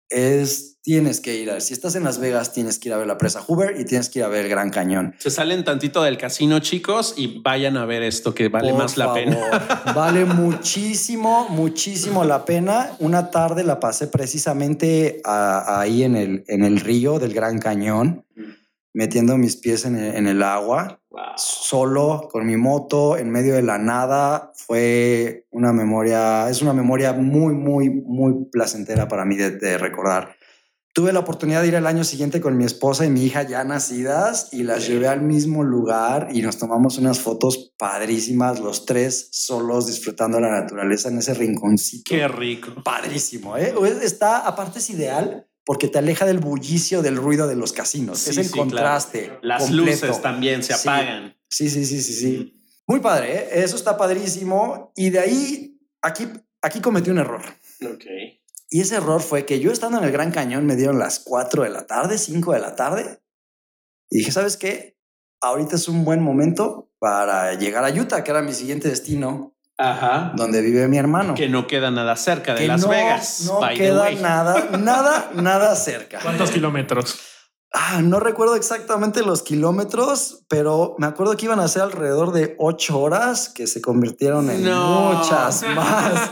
Speaker 4: tienes que ir si estás en Las Vegas, tienes que ir a ver la presa Hoover y tienes que ir a ver el Gran Cañón.
Speaker 2: Se salen tantito del casino, chicos, y vayan a ver esto que vale más la pena.
Speaker 4: Vale muchísimo, muchísimo la pena. Una tarde la pasé precisamente ahí en el río del Gran Cañón, metiendo mis pies en el agua, solo con mi moto en medio de la nada. Fue una memoria, es una memoria muy, muy, muy placentera para mí de recordar. Tuve la oportunidad de ir el año siguiente con mi esposa y mi hija ya nacidas y las llevé al mismo lugar y nos tomamos unas fotos padrísimas, los tres solos disfrutando de la naturaleza en ese rinconcito.
Speaker 2: Qué rico.
Speaker 4: Padrísimo, ¿eh? Aparte es ideal porque te aleja del bullicio, del ruido de los casinos. Sí, es el contraste.
Speaker 2: Claro. Las luces también se apagan.
Speaker 4: Sí. Muy padre, ¿eh? Eso está padrísimo. Y de ahí, aquí cometí un error.
Speaker 2: Ok.
Speaker 4: Y ese error fue que yo estando en el Gran Cañón me dieron las 4 de la tarde, 5 de la tarde. Y dije, ¿sabes qué? Ahorita es un buen momento para llegar a Utah, que era mi siguiente destino.
Speaker 2: Ajá.
Speaker 4: Donde vive mi hermano.
Speaker 2: Que no queda nada cerca de Las Vegas.
Speaker 4: No queda nada cerca.
Speaker 3: ¿Cuántos kilómetros?
Speaker 4: No recuerdo exactamente los kilómetros, pero me acuerdo que iban a ser alrededor de 8 horas, que se convirtieron en muchas más.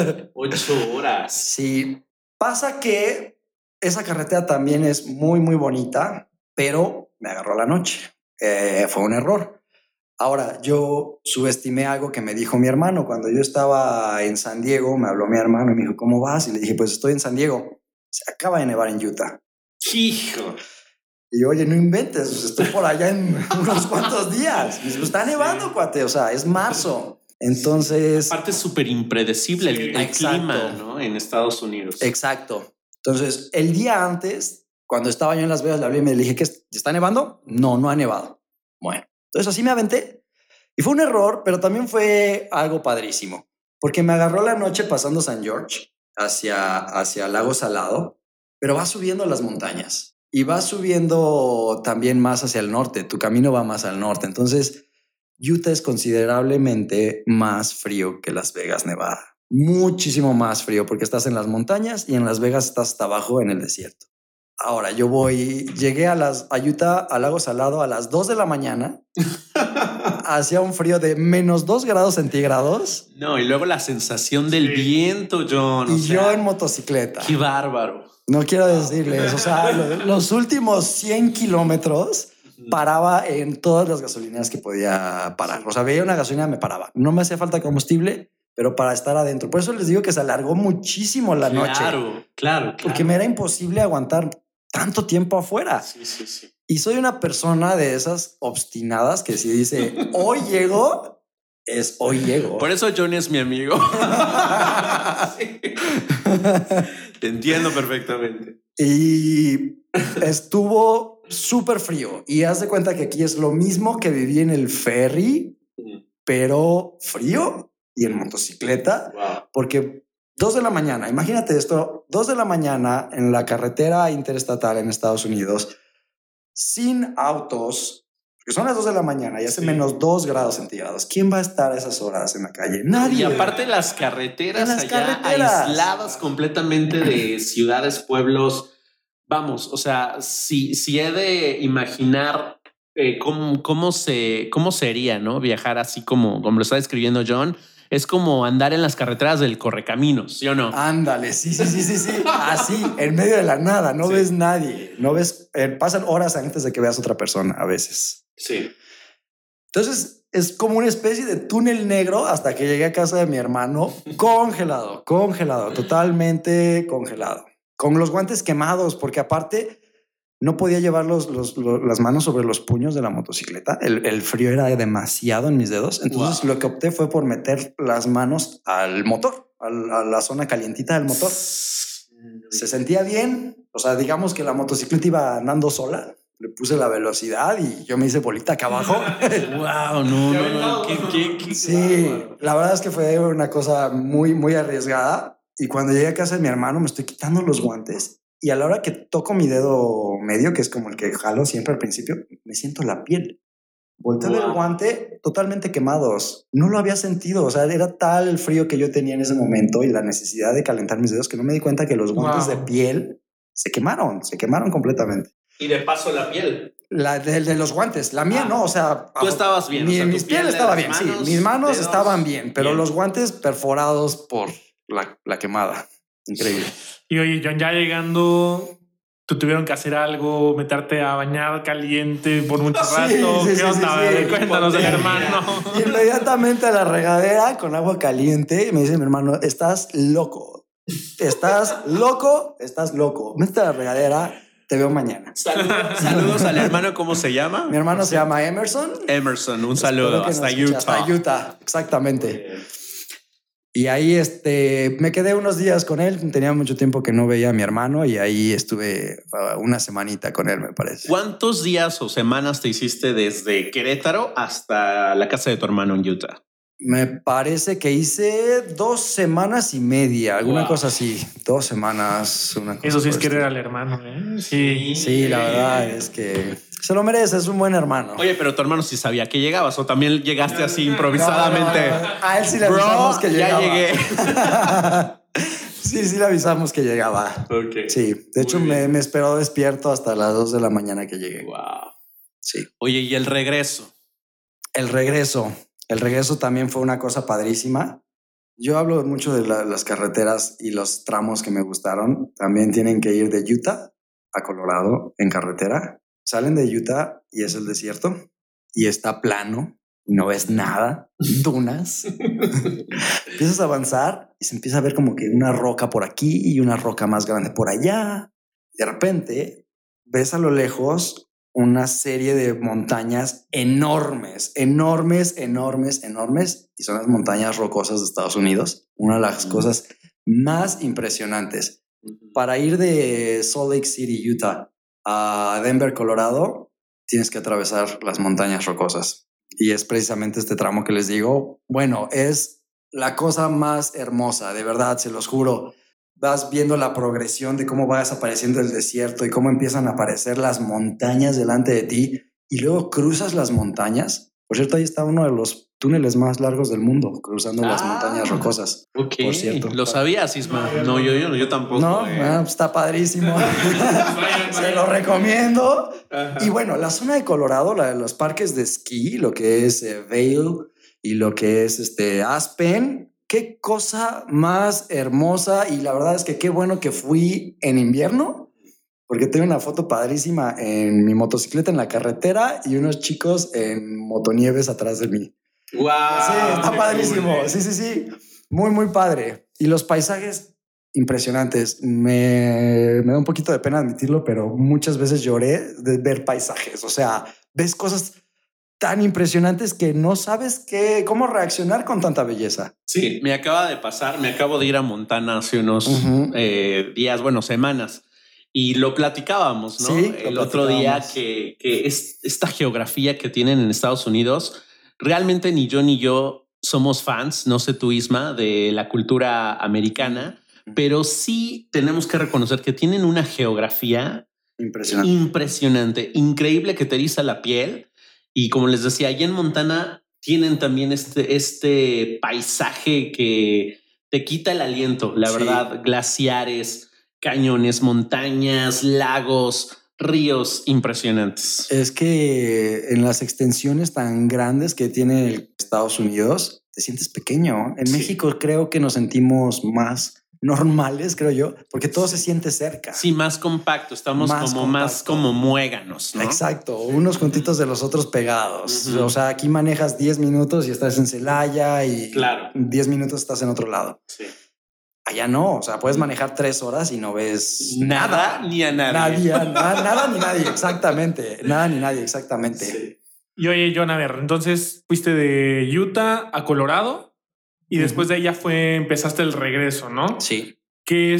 Speaker 2: 8 horas.
Speaker 4: Sí. Pasa que esa carretera también es muy, muy bonita, pero me agarró la noche. Fue un error. Ahora, yo subestimé algo que me dijo mi hermano. Cuando yo estaba en San Diego, me habló mi hermano y me dijo, ¿cómo vas? Y le dije, pues estoy en San Diego. Se acaba de nevar en Utah.
Speaker 2: Hijo.
Speaker 4: Y yo, oye, no inventes, estoy por allá en unos cuantos días. Y está nevando, cuate, o sea, es marzo. Entonces...
Speaker 2: Aparte es súper impredecible el clima, ¿no? En Estados Unidos.
Speaker 4: Exacto. Entonces, el día antes, cuando estaba yo en Las Vegas, le hablé y me dije, ¿qué está nevando? No ha nevado. Bueno, entonces así me aventé. Y fue un error, pero también fue algo padrísimo. Porque me agarró la noche pasando San George hacia Lago Salado, pero va subiendo las montañas. Y va subiendo también más hacia el norte. Tu camino va más al norte. Entonces, Utah es considerablemente más frío que Las Vegas, Nevada. Muchísimo más frío porque estás en las montañas y en Las Vegas estás hasta abajo en el desierto. Ahora, llegué a Utah, al Lago Salado, a las 2 de la mañana. Hacía un frío de -2 grados centígrados.
Speaker 2: No, y luego la sensación del viento, John.
Speaker 4: Y yo en motocicleta.
Speaker 2: Qué bárbaro.
Speaker 4: No quiero decirles, o sea, los últimos 100 kilómetros paraba en todas las gasolineras que podía parar. O sea, veía una gasolina, me paraba. No me hacía falta combustible, pero para estar adentro. Por eso les digo que se alargó muchísimo la noche.
Speaker 2: Claro.
Speaker 4: Porque me era imposible aguantar tanto tiempo afuera.
Speaker 2: Sí.
Speaker 4: Y soy una persona de esas obstinadas que si dice, hoy llego, es hoy llego.
Speaker 2: Por eso Johnny es mi amigo. Te entiendo perfectamente.
Speaker 4: Y estuvo súper frío. Y haz de cuenta que aquí es lo mismo que viví en el ferry, pero frío y en motocicleta.
Speaker 2: Wow.
Speaker 4: Porque 2 de la mañana, imagínate esto, 2 de la mañana en la carretera interestatal en Estados Unidos, sin autos, que son las 2 de la mañana y hace -2 grados centígrados. ¿Quién va a estar a esas horas en la calle? Nadie.
Speaker 2: Y aparte las carreteras aisladas completamente de ciudades, pueblos. Vamos, o sea, si he de imaginar cómo sería, ¿no? Viajar así como lo está describiendo John. Es como andar en las carreteras del Correcaminos, ¿sí o no?
Speaker 4: Ándale, sí. Así, en medio de la nada, no ves nadie, no ves, pasan horas antes de que veas otra persona a veces.
Speaker 2: Sí.
Speaker 4: Entonces es como una especie de túnel negro hasta que llegué a casa de mi hermano, congelado, totalmente congelado, con los guantes quemados, porque aparte no podía llevar las manos sobre los puños de la motocicleta. El frío era demasiado en mis dedos. Entonces lo que opté fue por meter las manos al motor, a la zona calientita del motor. Se sentía bien. O sea, digamos que la motocicleta iba andando sola. Le puse la velocidad y yo me hice bolita acá abajo.
Speaker 2: Wow, no. ¿Qué?
Speaker 4: Sí, la verdad es que fue una cosa muy, muy arriesgada. Y cuando llegué a casa de mi hermano me estoy quitando los guantes. Y a la hora que toco mi dedo medio, que es como el que jalo siempre al principio, me siento la piel. Volteé del guante totalmente quemados. No lo había sentido. O sea, era tal el frío que yo tenía en ese momento y la necesidad de calentar mis dedos que no me di cuenta que los guantes de piel se quemaron completamente.
Speaker 2: Y de paso la piel.
Speaker 4: La de los guantes, la mía no, o sea...
Speaker 2: Tú estabas bien.
Speaker 4: Mis piel estaba bien, sí. Mis manos estaban bien, pero los guantes perforados por la quemada. Increíble.
Speaker 3: Y oye, John, ya llegando... ¿Tú tuvieron que hacer algo, meterte a bañar caliente por mucho rato? ¿Qué onda? Cuéntanos del hermano.
Speaker 4: Inmediatamente a la regadera con agua caliente y me dice mi hermano, estás loco. Estás loco. Métete a la regadera, te veo mañana.
Speaker 2: Saludos al hermano, ¿cómo se llama?
Speaker 4: Mi hermano se llama Emerson.
Speaker 2: Emerson, un saludo hasta Utah.
Speaker 4: Hasta Utah, exactamente. Y ahí me quedé unos días con él. Tenía mucho tiempo que no veía a mi hermano y ahí estuve una semanita con él, me parece.
Speaker 2: ¿Cuántos días o semanas te hiciste desde Querétaro hasta la casa de tu hermano en Utah?
Speaker 4: Me parece que hice 2 semanas y media, alguna cosa así. 2 semanas, una cosa.
Speaker 3: Eso sí es querer al hermano, ¿eh?
Speaker 4: Sí, la verdad es que se lo merece, es un buen hermano.
Speaker 2: Oye, pero tu hermano sí sabía que llegabas o también llegaste así improvisadamente.
Speaker 4: No. A él sí le avisamos que llegaba.
Speaker 2: Ya llegué.
Speaker 4: Sí le avisamos que llegaba.
Speaker 2: Okay.
Speaker 4: Sí, de hecho me esperó despierto hasta las 2 de la mañana que llegué.
Speaker 2: Wow.
Speaker 4: Sí.
Speaker 2: Oye, ¿y el regreso?
Speaker 4: El regreso también fue una cosa padrísima. Yo hablo mucho de las carreteras y los tramos que me gustaron. También tienen que ir de Utah a Colorado en carretera. Salen de Utah y es el desierto y está plano y no ves nada, dunas. Empiezas a avanzar y se empieza a ver como que una roca por aquí y una roca más grande por allá. De repente ves a lo lejos una serie de montañas enormes y son las montañas rocosas de Estados Unidos. Una de las cosas más impresionantes. Para ir de Salt Lake City, Utah a Denver, Colorado, tienes que atravesar las montañas rocosas y es precisamente este tramo que les digo. Bueno, es la cosa más hermosa, de verdad, se los juro. Vas viendo la progresión de cómo va desapareciendo el desierto y cómo empiezan a aparecer las montañas delante de ti y luego cruzas las montañas. Por cierto, ahí está uno de los túneles más largos del mundo, cruzando las montañas rocosas.
Speaker 2: Ok,
Speaker 4: por cierto.
Speaker 2: ¿Lo sabías, Isma? No, yo tampoco.
Speaker 4: No, está padrísimo. Se lo recomiendo. Ajá. Y bueno, la zona de Colorado, los parques de esquí, lo que es Vail y lo que es Aspen, qué cosa más hermosa. Y la verdad es que qué bueno que fui en invierno, porque tengo una foto padrísima en mi motocicleta en la carretera y unos chicos en motonieves atrás de mí.
Speaker 2: ¡Wow!
Speaker 4: Sí, está padrísimo. Cool. Sí. Muy, muy padre. Y los paisajes impresionantes. Me da un poquito de pena admitirlo, pero muchas veces lloré de ver paisajes. O sea, ves cosas tan impresionantes que no sabes cómo reaccionar con tanta belleza.
Speaker 2: Sí, me acaba de pasar. Me acabo de ir a Montana hace unos días, semanas. Y lo platicábamos, ¿no?
Speaker 4: Sí,
Speaker 2: el otro día que es esta geografía que tienen en Estados Unidos. Realmente ni yo somos fans, no sé tú, Isma, de la cultura americana, pero sí tenemos que reconocer que tienen una geografía impresionante, increíble, que te eriza la piel. Y como les decía, allá en Montana tienen también este paisaje que te quita el aliento, la verdad, glaciares, cañones, montañas, lagos, ríos impresionantes.
Speaker 4: Es que en las extensiones tan grandes que tiene Estados Unidos, te sientes pequeño. En México creo que nos sentimos más normales, creo yo, porque todo se siente cerca.
Speaker 2: Sí, más compacto. Estamos más como muéganos, ¿no?
Speaker 4: Exacto, unos juntitos de los otros pegados. O sea, aquí manejas 10 minutos y estás en Celaya y 10 minutos estás en otro lado.
Speaker 2: Sí.
Speaker 4: Allá no, o sea, puedes manejar 3 horas y no ves
Speaker 2: nada ni a nadie.
Speaker 4: Nada ni nadie, exactamente. Nada ni nadie, exactamente.
Speaker 3: Sí. Y oye, John, a ver, entonces fuiste de Utah a Colorado y después de ahí ya empezaste el regreso, ¿no?
Speaker 4: Sí.
Speaker 3: ¿Qué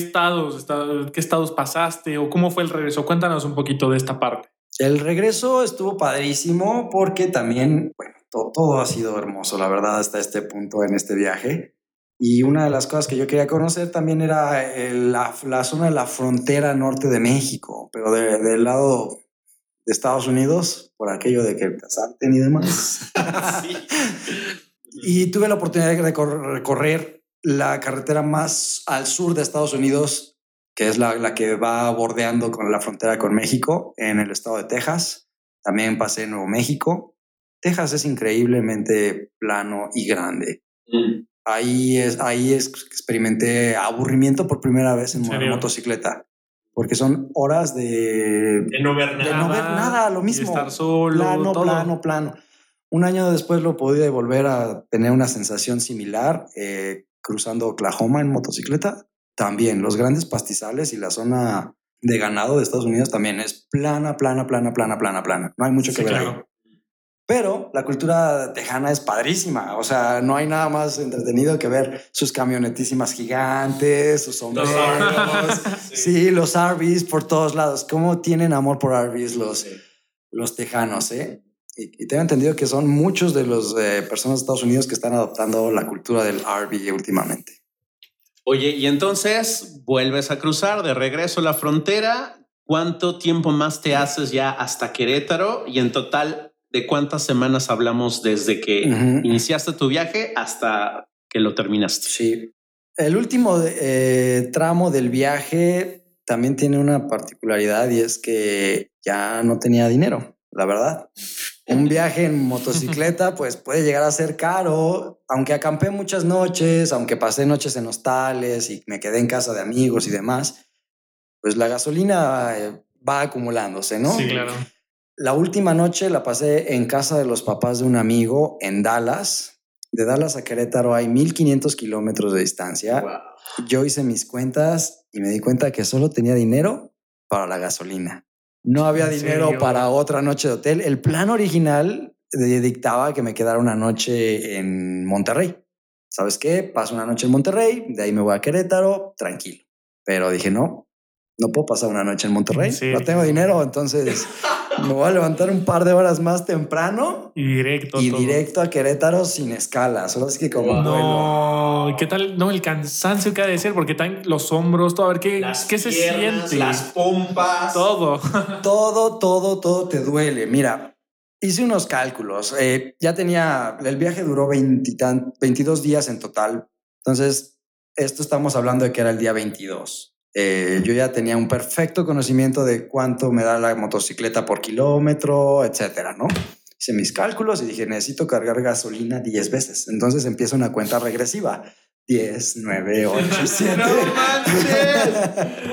Speaker 3: estados pasaste o cómo fue el regreso? Cuéntanos un poquito de esta parte.
Speaker 4: El regreso estuvo padrísimo porque también, todo ha sido hermoso, la verdad, hasta este punto en este viaje. Y una de las cosas que yo quería conocer también era la zona de la frontera norte de México, pero del lado de Estados Unidos, por aquello de que el asalten y demás.
Speaker 2: Sí.
Speaker 4: Y tuve la oportunidad de recorrer la carretera más al sur de Estados Unidos, que es la que va bordeando con la frontera con México, en el estado de Texas. También pasé en Nuevo México. Texas es increíblemente plano y grande. Ahí experimenté aburrimiento por primera vez en motocicleta, porque son horas de
Speaker 2: no ver nada.
Speaker 4: De no ver nada, lo mismo.
Speaker 3: Y estar solo,
Speaker 4: plano. Un año después lo pude volver a tener una sensación similar cruzando Oklahoma en motocicleta. También los grandes pastizales y la zona de ganado de Estados Unidos también es plana. No hay mucho que ver ahí. Pero la cultura tejana es padrísima. O sea, no hay nada más entretenido que ver sus camionetísimas gigantes, sus sombreros. Sí, los RVs por todos lados. ¿Cómo tienen amor por RVs los tejanos, eh? Y tengo entendido que son muchos de los personas de Estados Unidos que están adoptando la cultura del RV últimamente.
Speaker 2: Oye, y entonces vuelves a cruzar de regreso a la frontera. ¿Cuánto tiempo más te haces ya hasta Querétaro? Y en total, ¿de cuántas semanas hablamos desde que iniciaste tu viaje hasta que lo terminaste?
Speaker 4: Sí. El último tramo del viaje también tiene una particularidad y es que ya no tenía dinero, la verdad. Un viaje en motocicleta pues puede llegar a ser caro, aunque acampé muchas noches, aunque pasé noches en hostales y me quedé en casa de amigos y demás, pues la gasolina va acumulándose, ¿no?
Speaker 3: Sí, claro.
Speaker 4: La última noche la pasé en casa de los papás de un amigo en Dallas. De Dallas a Querétaro hay 1,500 kilómetros de distancia. Wow. Yo hice mis cuentas y me di cuenta que solo tenía dinero para la gasolina. No había dinero para otra noche de hotel. El plan original dictaba que me quedara una noche en Monterrey. ¿Sabes qué? Paso una noche en Monterrey, de ahí me voy a Querétaro, tranquilo. Pero dije, no puedo pasar una noche en Monterrey. No tengo dinero, entonces me voy a levantar un par de horas más temprano
Speaker 3: y directo
Speaker 4: a Querétaro sin escala. Solo es que como
Speaker 3: vuelo. ¿Qué tal? No, el cansancio que ha de ser, porque están los hombros, todo. A ver qué se siente.
Speaker 2: Las pompas.
Speaker 4: Todo te duele. Mira, hice unos cálculos. El viaje duró 22 días en total. Entonces, esto estamos hablando de que era el día 22. Yo ya tenía un perfecto conocimiento de cuánto me da la motocicleta por kilómetro, etcétera, ¿no? Hice mis cálculos y dije, necesito cargar gasolina 10 veces. Entonces empieza una cuenta regresiva. 10, 9, 8, 7.
Speaker 2: ¡No manches!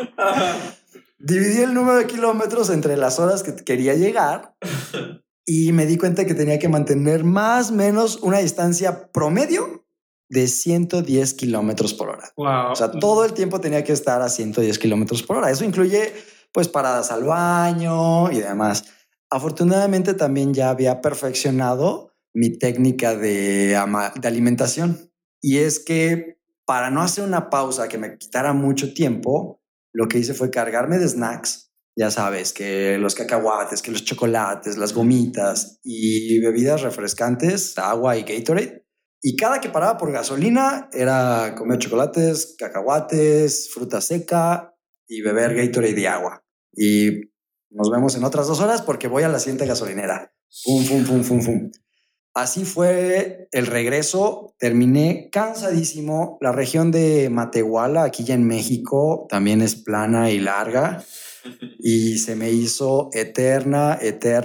Speaker 4: Dividí el número de kilómetros entre las horas que quería llegar y me di cuenta que tenía que mantener más o menos una distancia promedio de 110 kilómetros por hora.
Speaker 3: Wow.
Speaker 4: O sea, todo el tiempo tenía que estar a 110 kilómetros por hora. Eso incluye pues paradas al baño y demás. Afortunadamente también ya había perfeccionado mi técnica de alimentación. Y es que para no hacer una pausa que me quitara mucho tiempo, lo que hice fue cargarme de snacks. Ya sabes, que los cacahuates, que los chocolates, las gomitas y bebidas refrescantes, agua y Gatorade. Y cada que paraba por gasolina era comer chocolates, cacahuates, fruta seca y beber Gatorade y agua. Y nos vemos en otras 2 horas porque voy a la siguiente gasolinera. Fum. Así fue el regreso. Terminé cansadísimo. La región de Matehuala, aquí ya en México, también es plana y larga. Y se me hizo eterna.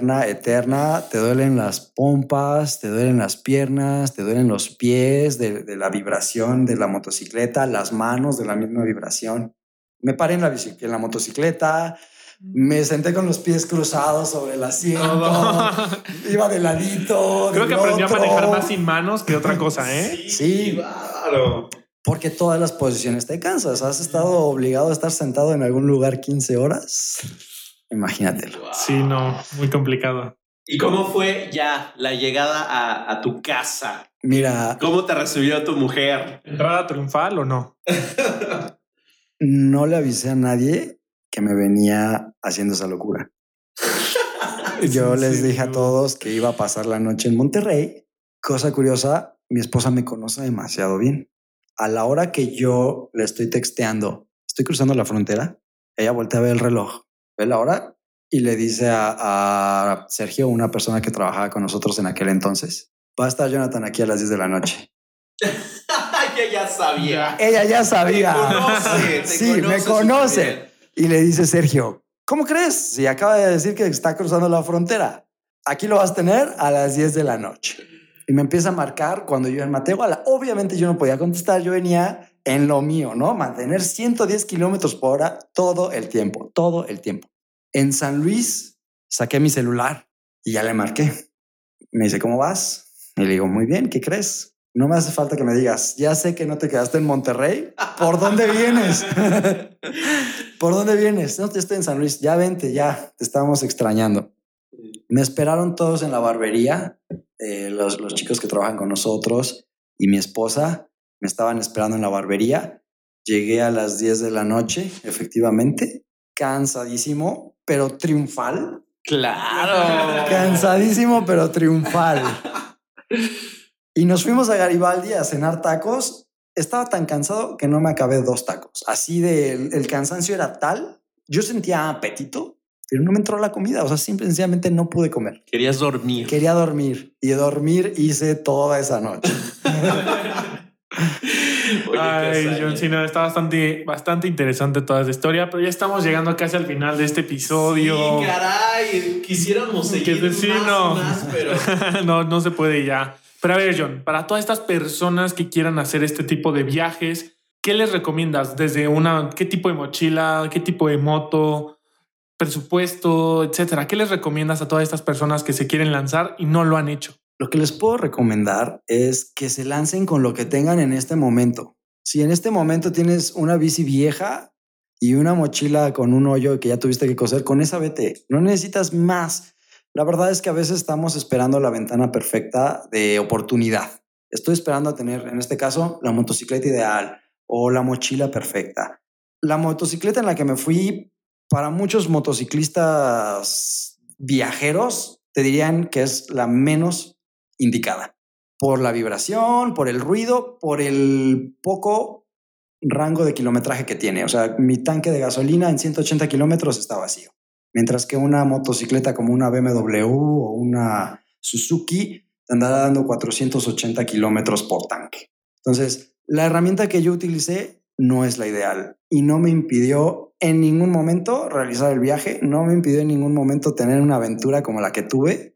Speaker 4: Te duelen las pompas, te duelen las piernas, te duelen los pies de la vibración de la motocicleta, las manos de la misma vibración. Me paré en la motocicleta, me senté con los pies cruzados sobre el asiento, iba de ladito.
Speaker 3: Creo que aprendí a manejar más sin manos que otra cosa, ¿eh?
Speaker 4: Sí, claro. Porque todas las posiciones te cansas. ¿Has estado obligado a estar sentado en algún lugar 15 horas? Imagínatelo.
Speaker 3: Wow. Sí, no, muy complicado.
Speaker 2: ¿Y cómo fue ya la llegada a tu casa?
Speaker 4: Mira.
Speaker 2: ¿Cómo te recibió tu mujer?
Speaker 3: ¿Entrada triunfal o no?
Speaker 4: No le avisé a nadie que me venía haciendo esa locura. Yo les dije a todos que iba a pasar la noche en Monterrey. Cosa curiosa, mi esposa me conoce demasiado bien. A la hora que yo le estoy texteando, estoy cruzando la frontera, ella voltea a ver el reloj, ve la hora y le dice a Sergio, una persona que trabajaba con nosotros en aquel entonces, va a estar Jonathan aquí a las 10 de la noche.
Speaker 2: Ella ya sabía.
Speaker 4: Ella ya sabía. Me conoce. Y le dice Sergio, ¿cómo crees? Si acaba de decir que está cruzando la frontera. Aquí lo vas a tener a las 10 de la noche. Y me empieza a marcar cuando yo en Matehuala. Obviamente yo no podía contestar. Yo venía en lo mío, ¿no? Mantener 110 kilómetros por hora todo el tiempo. En San Luis saqué mi celular y ya le marqué. Me dice, ¿cómo vas? Y le digo, muy bien, ¿qué crees? No me hace falta que me digas, ya sé que no te quedaste en Monterrey. ¿Por dónde vienes? ¿Por dónde vienes? No, estoy en San Luis. Ya vente, ya. Te estábamos extrañando. Me esperaron todos en la barbería. Los chicos que trabajan con nosotros y mi esposa me estaban esperando en la barbería. Llegué a las 10 de la noche, efectivamente. Cansadísimo, pero triunfal.
Speaker 2: Claro.
Speaker 4: Cansadísimo, pero triunfal. Y nos fuimos a Garibaldi a cenar tacos. Estaba tan cansado que no me acabé 2 tacos. Así el cansancio era tal. Yo sentía apetito, pero no me entró la comida. O sea, sencillamente no pude comer.
Speaker 2: Querías dormir.
Speaker 4: Quería dormir. Y dormir hice toda esa noche.
Speaker 3: Oye, ay, John, sí, no, está bastante interesante toda esta historia, pero ya estamos llegando casi al final de este episodio.
Speaker 2: Sí, caray, quisiéramos seguir más, pero
Speaker 3: no se puede ya. Pero a ver, John, para todas estas personas que quieran hacer este tipo de viajes, ¿qué les recomiendas? Desde ¿qué tipo de mochila, qué tipo de moto, presupuesto, etcétera? ¿Qué les recomiendas a todas estas personas que se quieren lanzar y no lo han hecho?
Speaker 4: Lo que les puedo recomendar es que se lancen con lo que tengan en este momento. Si en este momento tienes una bici vieja y una mochila con un hoyo que ya tuviste que coser, con esa vete. No necesitas más. La verdad es que a veces estamos esperando la ventana perfecta de oportunidad. Estoy esperando a tener, en este caso, la motocicleta ideal o la mochila perfecta. La motocicleta en la que me fui, para muchos motociclistas viajeros, te dirían que es la menos indicada por la vibración, por el ruido, por el poco rango de kilometraje que tiene. O sea, mi tanque de gasolina en 180 kilómetros está vacío, mientras que una motocicleta como una BMW o una Suzuki te andará dando 480 kilómetros por tanque. Entonces, la herramienta que yo utilicé no es la ideal y no me impidió en ningún momento realizar el viaje, no me impidió en ningún momento tener una aventura como la que tuve.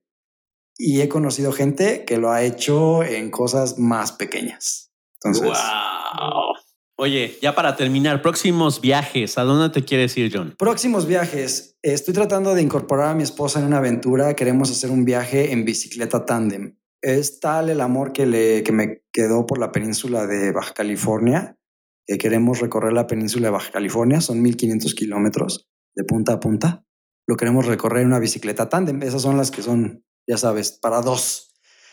Speaker 4: Y he conocido gente que lo ha hecho en cosas más pequeñas. Entonces,
Speaker 2: wow. Oye, ya para terminar, próximos viajes, ¿a dónde te quieres ir, John?
Speaker 4: Próximos viajes. Estoy tratando de incorporar a mi esposa en una aventura. Queremos hacer un viaje en bicicleta tándem. Es tal el amor que me quedó por la península de Baja California, que queremos recorrer la península de Baja California. Son 1,500 kilómetros de punta a punta. Lo queremos recorrer en una bicicleta tándem. Esas son las que son, ya sabes, para 2.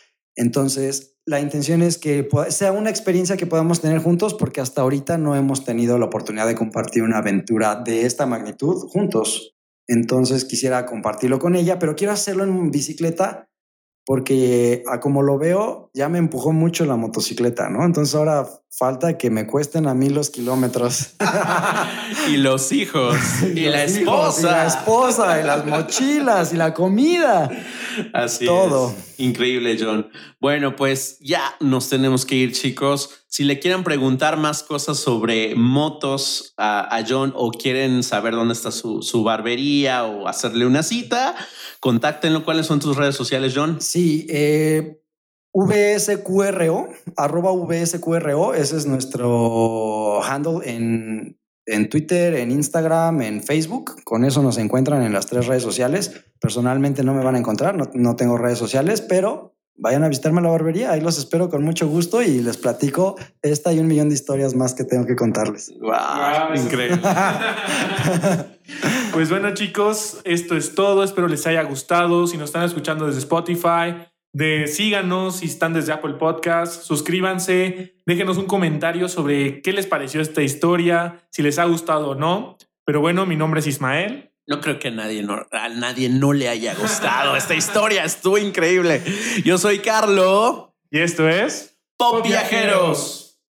Speaker 4: Entonces, la intención es que sea una experiencia que podamos tener juntos, porque hasta ahorita no hemos tenido la oportunidad de compartir una aventura de esta magnitud juntos. Entonces, quisiera compartirlo con ella, pero quiero hacerlo en bicicleta porque, a como lo veo, ya me empujó mucho la motocicleta, ¿no? Entonces, ahora falta que me cuesten a mí los kilómetros.
Speaker 2: Y los hijos. Y la esposa.
Speaker 4: Y la esposa, y las mochilas, y la comida.
Speaker 2: Así
Speaker 4: todo.
Speaker 2: Es. Increíble, John. Bueno, pues ya nos tenemos que ir, chicos. Si le quieren preguntar más cosas sobre motos a John o quieren saber dónde está su barbería o hacerle una cita, contáctenlo. ¿Cuáles son tus redes sociales, John?
Speaker 4: Sí, VSQRO, @VSQRO, ese es nuestro handle en Twitter, en Instagram, en Facebook. Con eso nos encuentran en las 3 redes sociales. Personalmente no me van a encontrar, no tengo redes sociales, pero vayan a visitarme a la barbería. Ahí los espero con mucho gusto y les platico esta y 1,000,000 de historias más que tengo que contarles.
Speaker 2: Wow, increíble.
Speaker 3: Pues bueno, chicos, esto es todo. Espero les haya gustado. Si nos están escuchando desde Spotify, síganos. Si están desde Apple Podcast, suscríbanse, déjenos un comentario sobre qué les pareció esta historia, si les ha gustado o no. Pero bueno, mi nombre es Ismael.
Speaker 2: No creo que a nadie no le haya gustado esta historia. Estuvo increíble. Yo soy Carlo.
Speaker 3: Y esto es
Speaker 2: Pop Viajeros.